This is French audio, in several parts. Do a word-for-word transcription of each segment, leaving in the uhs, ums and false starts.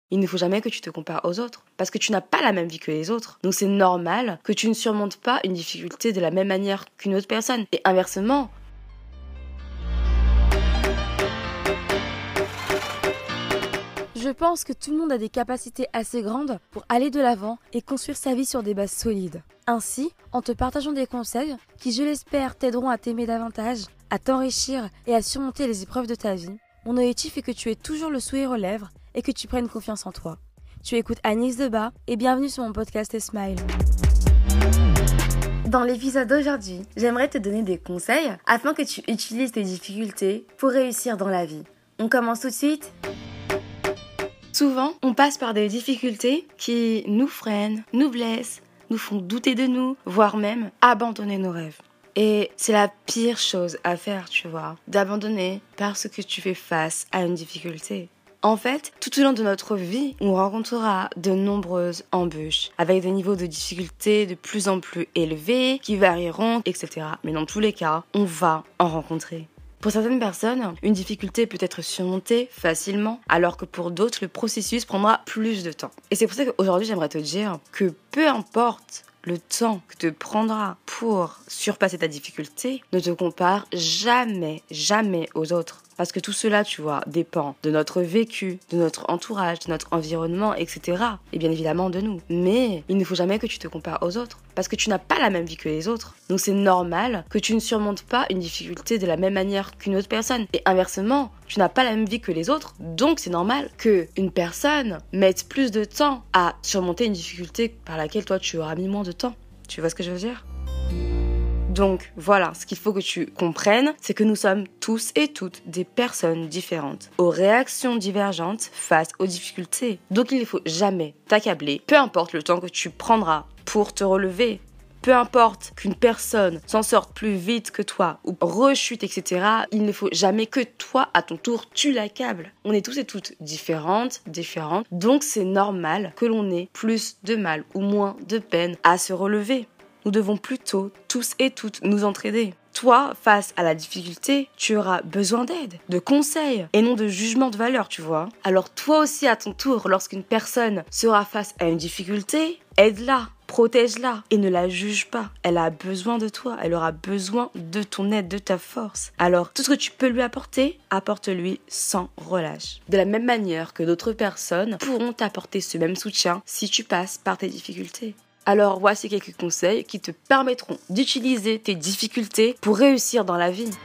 Il ne faut jamais que tu te compares aux autres, parce que tu n'as pas la même vie que les autres. Donc c'est normal que tu ne surmontes pas une difficulté de la même manière qu'une autre personne. Et inversement, Je pense que tout le monde a des capacités assez grandes pour aller de l'avant et construire sa vie sur des bases solides. Ainsi, en te partageant des conseils qui, je l'espère, t'aideront à t'aimer davantage, à t'enrichir et à surmonter les épreuves de ta vie, mon objectif est que tu aies toujours le sourire aux lèvres et que tu prennes confiance en toi. Tu écoutes Agnès Debat et bienvenue sur mon podcast Smile. Dans l'épisode d'aujourd'hui, j'aimerais te donner des conseils afin que tu utilises tes difficultés pour réussir dans la vie. On commence tout de suite ? Souvent, on passe par des difficultés qui nous freinent, nous blessent, nous font douter de nous, voire même abandonner nos rêves. Et c'est la pire chose à faire, tu vois, d'abandonner parce que tu fais face à une difficulté. En fait, tout au long de notre vie, on rencontrera de nombreuses embûches, avec des niveaux de difficulté de plus en plus élevés, qui varieront, et cetera. Mais dans tous les cas, on va en rencontrer. Pour certaines personnes, une difficulté peut être surmontée facilement, alors que pour d'autres, le processus prendra plus de temps. Et c'est pour ça qu'aujourd'hui, j'aimerais te dire que peu importe le temps que te prendra pour surpasser ta difficulté, ne te compare jamais, jamais aux autres. Parce que tout cela, tu vois, dépend de notre vécu, de notre entourage, de notre environnement, et cetera. Et bien évidemment de nous. Mais il ne faut jamais que tu te compares aux autres. Parce que tu n'as pas la même vie que les autres. Donc c'est normal que tu ne surmontes pas une difficulté de la même manière qu'une autre personne. Et inversement, tu n'as pas la même vie que les autres. Donc c'est normal qu'une personne mette plus de temps à surmonter une difficulté par laquelle toi tu auras mis moins de temps. Tu vois ce que je veux dire ? Donc voilà, ce qu'il faut que tu comprennes, c'est que nous sommes tous et toutes des personnes différentes, aux réactions divergentes face aux difficultés. Donc il ne faut jamais t'accabler, peu importe le temps que tu prendras pour te relever. Peu importe qu'une personne s'en sorte plus vite que toi ou rechute, et cetera, il ne faut jamais que toi, à ton tour, tu l'accables. On est tous et toutes différentes, différentes, donc c'est normal que l'on ait plus de mal ou moins de peine à se relever. Nous devons plutôt, tous et toutes, nous entraider. Toi, face à la difficulté, tu auras besoin d'aide, de conseils et non de jugement de valeur, tu vois. Alors toi aussi, à ton tour, lorsqu'une personne sera face à une difficulté, aide-la, protège-la et ne la juge pas. Elle a besoin de toi, elle aura besoin de ton aide, de ta force. Alors, tout ce que tu peux lui apporter, apporte-lui sans relâche. De la même manière que d'autres personnes pourront t'apporter ce même soutien si tu passes par tes difficultés. Alors voici quelques conseils qui te permettront d'utiliser tes difficultés pour réussir dans la vie.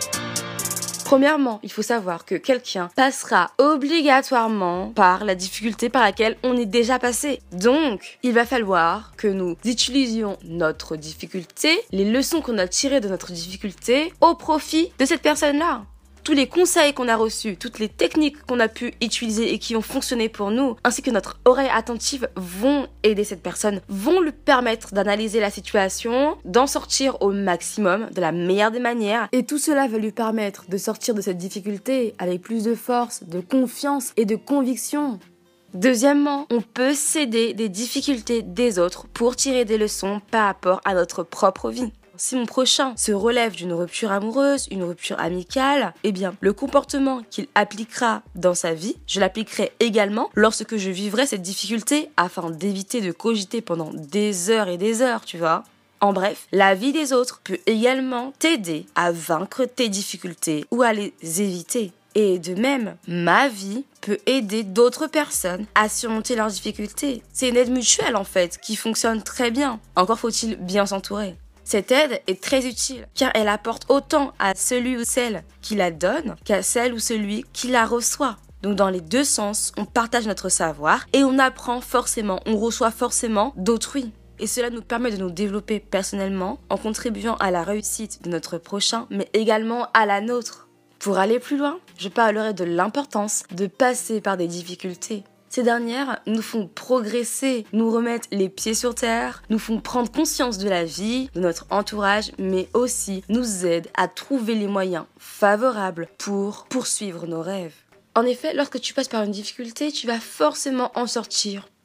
Premièrement, il faut savoir que quelqu'un passera obligatoirement par la difficulté par laquelle on est déjà passé. Donc, il va falloir que nous utilisions notre difficulté, les leçons qu'on a tirées de notre difficulté, au profit de cette personne-là. Tous les conseils qu'on a reçus, toutes les techniques qu'on a pu utiliser et qui ont fonctionné pour nous, ainsi que notre oreille attentive vont aider cette personne, vont lui permettre d'analyser la situation, d'en sortir au maximum, de la meilleure des manières. Et tout cela va lui permettre de sortir de cette difficulté avec plus de force, de confiance et de conviction. Deuxièmement, on peut s'aider des difficultés des autres pour tirer des leçons par rapport à notre propre vie. Si mon prochain se relève d'une rupture amoureuse, une rupture amicale, eh bien, le comportement qu'il appliquera dans sa vie, je l'appliquerai également lorsque je vivrai cette difficulté afin d'éviter de cogiter pendant des heures et des heures, tu vois. En bref, la vie des autres peut également t'aider à vaincre tes difficultés ou à les éviter. Et de même, ma vie peut aider d'autres personnes à surmonter leurs difficultés. C'est une aide mutuelle en fait, qui fonctionne très bien. Encore faut-il bien s'entourer. Cette aide est très utile car elle apporte autant à celui ou celle qui la donne qu'à celle ou celui qui la reçoit. Donc dans les deux sens, on partage notre savoir et on apprend forcément, on reçoit forcément d'autrui. Et cela nous permet de nous développer personnellement en contribuant à la réussite de notre prochain, mais également à la nôtre. Pour aller plus loin, je parlerai de l'importance de passer par des difficultés. Ces dernières nous font progresser, nous remettent les pieds sur terre, nous font prendre conscience de la vie, de notre entourage, mais aussi nous aident à trouver les moyens favorables pour poursuivre nos rêves. En effet, lorsque tu passes par une difficulté, tu vas forcément en sortir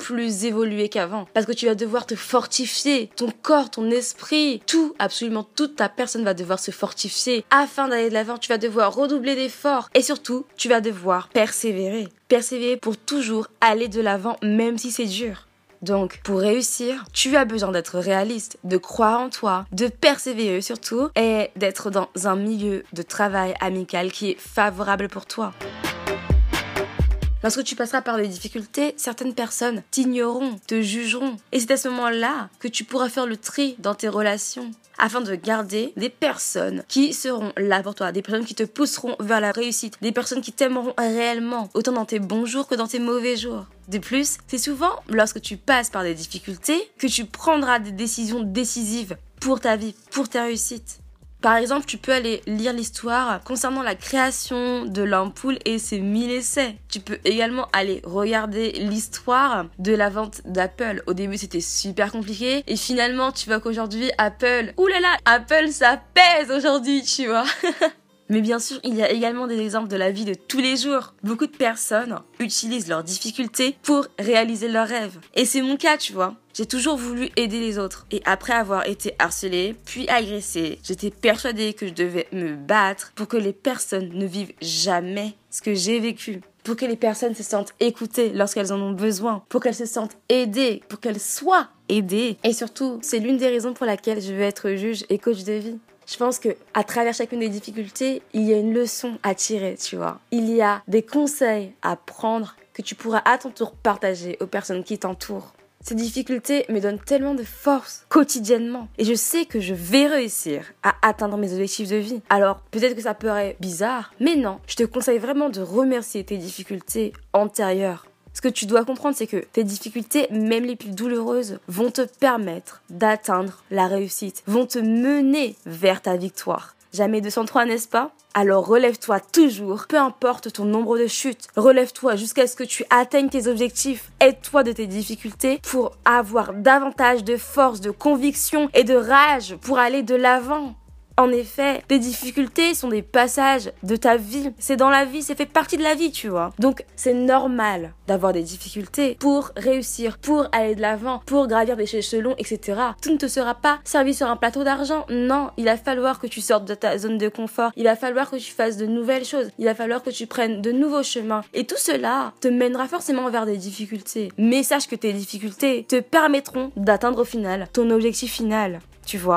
plus évolué qu'avant. Parce que tu vas devoir te fortifier. Ton corps, ton esprit, tout, absolument toute ta personne va devoir se fortifier. Afin d'aller de l'avant, tu vas devoir redoubler d'efforts. Et surtout, tu vas devoir persévérer. Persévérer pour toujours aller de l'avant, même si c'est dur. Donc, pour réussir, tu as besoin d'être réaliste, de croire en toi, de persévérer surtout, et d'être dans un milieu de travail amical qui est favorable pour toi. Lorsque tu passeras par des difficultés, certaines personnes t'ignoreront, te jugeront. Et c'est à ce moment-là que tu pourras faire le tri dans tes relations afin de garder des personnes qui seront là pour toi, des personnes qui te pousseront vers la réussite, des personnes qui t'aimeront réellement, autant dans tes bons jours que dans tes mauvais jours. De plus, c'est souvent lorsque tu passes par des difficultés que tu prendras des décisions décisives pour ta vie, pour ta réussite. Par exemple, tu peux aller lire l'histoire concernant la création de l'ampoule et ses mille essais. Tu peux également aller regarder l'histoire de la vente d'Apple. Au début, c'était super compliqué. Et finalement, tu vois qu'aujourd'hui, Apple... Oulala, Apple, ça pèse aujourd'hui, tu vois. Mais bien sûr, il y a également des exemples de la vie de tous les jours. Beaucoup de personnes utilisent leurs difficultés pour réaliser leurs rêves. Et c'est mon cas, tu vois. J'ai toujours voulu aider les autres. Et après avoir été harcelée, puis agressée, j'étais persuadée que je devais me battre pour que les personnes ne vivent jamais ce que j'ai vécu. Pour que les personnes se sentent écoutées lorsqu'elles en ont besoin. Pour qu'elles se sentent aidées. Pour qu'elles soient aidées. Et surtout, c'est l'une des raisons pour laquelle je veux être juge et coach de vie. Je pense que à travers chacune des difficultés, il y a une leçon à tirer, tu vois. Il y a des conseils à prendre que tu pourras à ton tour partager aux personnes qui t'entourent. Ces difficultés me donnent tellement de force quotidiennement et je sais que je vais réussir à atteindre mes objectifs de vie. Alors peut-être que ça paraît bizarre, mais non, je te conseille vraiment de remercier tes difficultés antérieures. Ce que tu dois comprendre, c'est que tes difficultés, même les plus douloureuses, vont te permettre d'atteindre la réussite, vont te mener vers ta victoire. Jamais deux cent trois, n'est-ce pas ? Alors relève-toi toujours, peu importe ton nombre de chutes. Relève-toi jusqu'à ce que tu atteignes tes objectifs. Aide-toi de tes difficultés pour avoir davantage de force, de conviction et de rage pour aller de l'avant. En effet, tes difficultés sont des passages de ta vie. C'est dans la vie, ça fait partie de la vie, tu vois. Donc, c'est normal d'avoir des difficultés pour réussir, pour aller de l'avant, pour gravir des échelons, et cetera. Tout ne te sera pas servi sur un plateau d'argent. Non, il va falloir que tu sortes de ta zone de confort. Il va falloir que tu fasses de nouvelles choses. Il va falloir que tu prennes de nouveaux chemins. Et tout cela te mènera forcément vers des difficultés. Mais sache que tes difficultés te permettront d'atteindre au final ton objectif final. Tu vois ?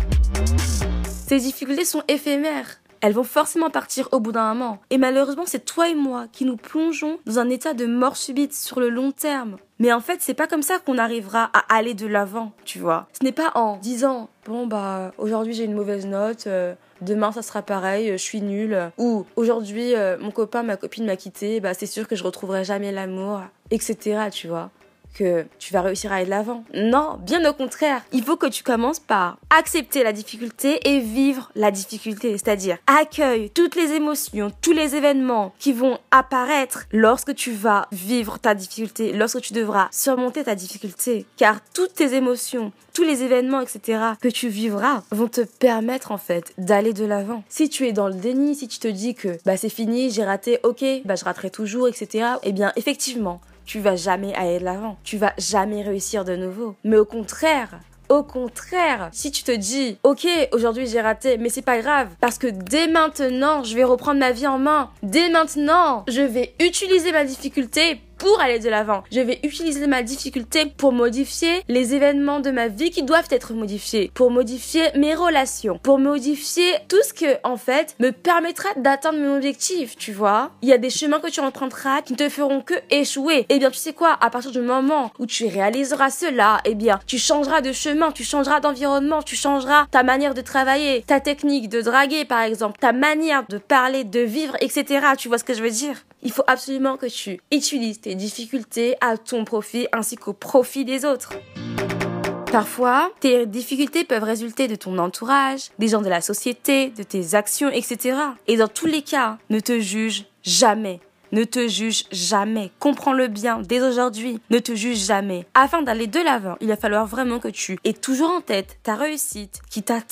Ces difficultés sont éphémères. Elles vont forcément partir au bout d'un moment. Et malheureusement, c'est toi et moi qui nous plongeons dans un état de mort subite sur le long terme. Mais en fait, c'est pas comme ça qu'on arrivera à aller de l'avant, tu vois. Ce n'est pas en disant « Bon, bah, aujourd'hui j'ai une mauvaise note, euh, demain ça sera pareil, je suis nulle. » Ou « Aujourd'hui, euh, mon copain, ma copine m'a quitté, bah c'est sûr que je retrouverai jamais l'amour. » et cetera, tu vois. Que tu vas réussir à aller de l'avant. Non, bien au contraire. Il faut que tu commences par accepter la difficulté et vivre la difficulté. C'est-à-dire, accueille toutes les émotions, tous les événements qui vont apparaître lorsque tu vas vivre ta difficulté, lorsque tu devras surmonter ta difficulté. Car toutes tes émotions, tous les événements, et cetera que tu vivras vont te permettre en fait d'aller de l'avant. Si tu es dans le déni, si tu te dis que bah c'est fini, j'ai raté, ok, bah je raterai toujours, et cetera. Eh bien, effectivement, tu vas jamais aller de l'avant. Tu vas jamais réussir de nouveau. Mais au contraire, au contraire, si tu te dis, ok, aujourd'hui j'ai raté, mais c'est pas grave, parce que dès maintenant, je vais reprendre ma vie en main. Dès maintenant, je vais utiliser ma difficulté pour aller de l'avant. Je vais utiliser ma difficulté pour modifier les événements de ma vie qui doivent être modifiés, pour modifier mes relations, pour modifier tout ce que, en fait, me permettra d'atteindre mon objectif, tu vois. Il y a des chemins que tu emprunteras qui ne te feront que échouer. Eh bien, tu sais quoi, à partir du moment où tu réaliseras cela, eh bien, tu changeras de chemin, tu changeras d'environnement, tu changeras ta manière de travailler, ta technique de draguer, par exemple, ta manière de parler, de vivre, et cetera. Tu vois ce que je veux dire? Il faut absolument que tu utilises tes difficultés à ton profit ainsi qu'au profit des autres. Parfois, tes difficultés peuvent résulter de ton entourage, des gens de la société, de tes actions, et cetera. Et dans tous les cas, ne te juge jamais. Ne te juge jamais. Comprends-le bien dès aujourd'hui. Ne te juge jamais. Afin d'aller de l'avant, il va falloir vraiment que tu aies toujours en tête ta réussite qui t'attend.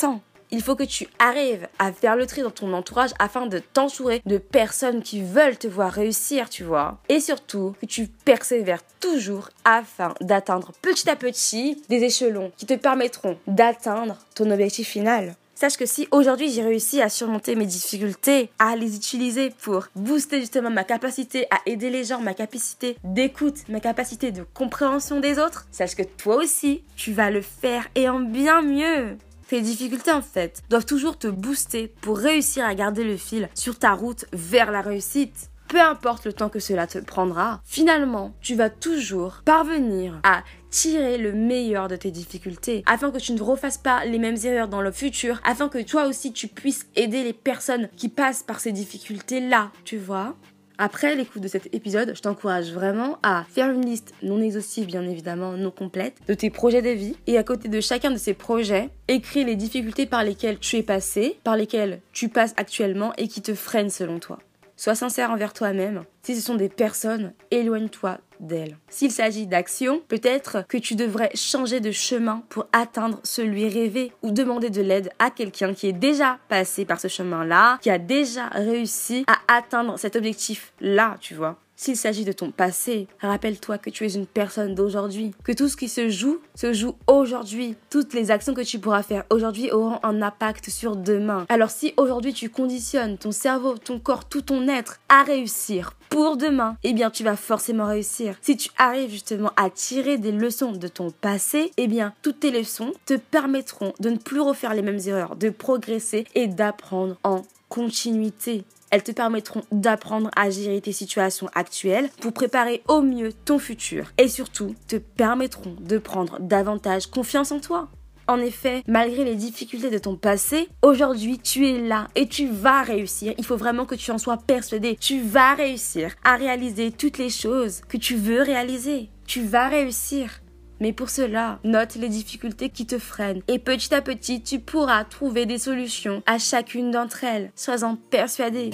il faut que tu arrives à faire le tri dans ton entourage afin de t'entourer de personnes qui veulent te voir réussir, tu vois. Et surtout, que tu persévères toujours afin d'atteindre petit à petit des échelons qui te permettront d'atteindre ton objectif final. Sache que si aujourd'hui j'ai réussi à surmonter mes difficultés, à les utiliser pour booster justement ma capacité à aider les gens, ma capacité d'écoute, ma capacité de compréhension des autres, sache que toi aussi, tu vas le faire et en bien mieux. Tes difficultés en fait doivent toujours te booster pour réussir à garder le fil sur ta route vers la réussite. Peu importe le temps que cela te prendra, finalement, tu vas toujours parvenir à tirer le meilleur de tes difficultés afin que tu ne refasses pas les mêmes erreurs dans le futur, afin que toi aussi tu puisses aider les personnes qui passent par ces difficultés-là, tu vois. Après l'écoute de cet épisode, je t'encourage vraiment à faire une liste non exhaustive, bien évidemment, non complète, de tes projets de vie. Et à côté de chacun de ces projets, écris les difficultés par lesquelles tu es passé, par lesquelles tu passes actuellement et qui te freinent selon toi. Sois sincère envers toi-même. Si ce sont des personnes, éloigne-toi d'elles. S'il s'agit d'action, peut-être que tu devrais changer de chemin pour atteindre celui rêvé ou demander de l'aide à quelqu'un qui est déjà passé par ce chemin-là, qui a déjà réussi à atteindre cet objectif-là, tu vois. S'il s'agit de ton passé, rappelle-toi que tu es une personne d'aujourd'hui, que tout ce qui se joue, se joue aujourd'hui. Toutes les actions que tu pourras faire aujourd'hui auront un impact sur demain. Alors si aujourd'hui tu conditionnes ton cerveau, ton corps, tout ton être à réussir pour demain, eh bien tu vas forcément réussir. Si tu arrives justement à tirer des leçons de ton passé, eh bien toutes tes leçons te permettront de ne plus refaire les mêmes erreurs, de progresser et d'apprendre en continuité. Elles te permettront d'apprendre à gérer tes situations actuelles pour préparer au mieux ton futur et surtout te permettront de prendre davantage confiance en toi. En effet, malgré les difficultés de ton passé, aujourd'hui tu es là et tu vas réussir. Il faut vraiment que tu en sois persuadé. Tu vas réussir à réaliser toutes les choses que tu veux réaliser. Tu vas réussir. Mais pour cela, note les difficultés qui te freinent et petit à petit, tu pourras trouver des solutions à chacune d'entre elles. Sois-en persuadé.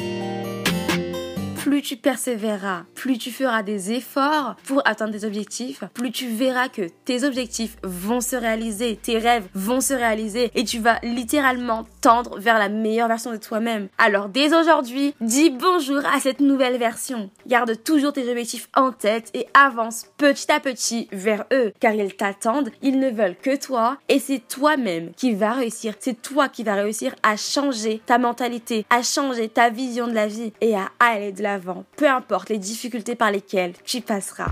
Plus tu persévéreras, plus tu feras des efforts pour atteindre tes objectifs, plus tu verras que tes objectifs vont se réaliser, tes rêves vont se réaliser et tu vas littéralement tendre vers la meilleure version de toi-même. Alors dès aujourd'hui, dis bonjour à cette nouvelle version. Garde toujours tes objectifs en tête et avance petit à petit vers eux car ils t'attendent, ils ne veulent que toi et c'est toi-même qui vas réussir. C'est toi qui vas réussir à changer ta mentalité, à changer ta vision de la vie et à aller de la avant, peu importe les difficultés par lesquelles tu passeras.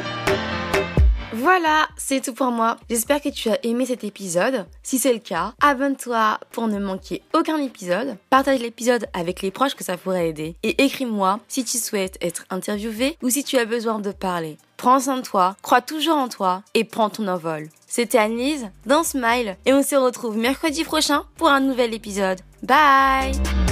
Voilà, c'est tout pour moi. J'espère que tu as aimé cet épisode. Si c'est le cas, abonne-toi pour ne manquer aucun épisode. Partage l'épisode avec les proches que ça pourrait aider. Et écris-moi si tu souhaites être interviewé ou si tu as besoin de parler. Prends soin de toi, crois toujours en toi et prends ton envol. C'était Annelise dans Smile et on se retrouve mercredi prochain pour un nouvel épisode. Bye!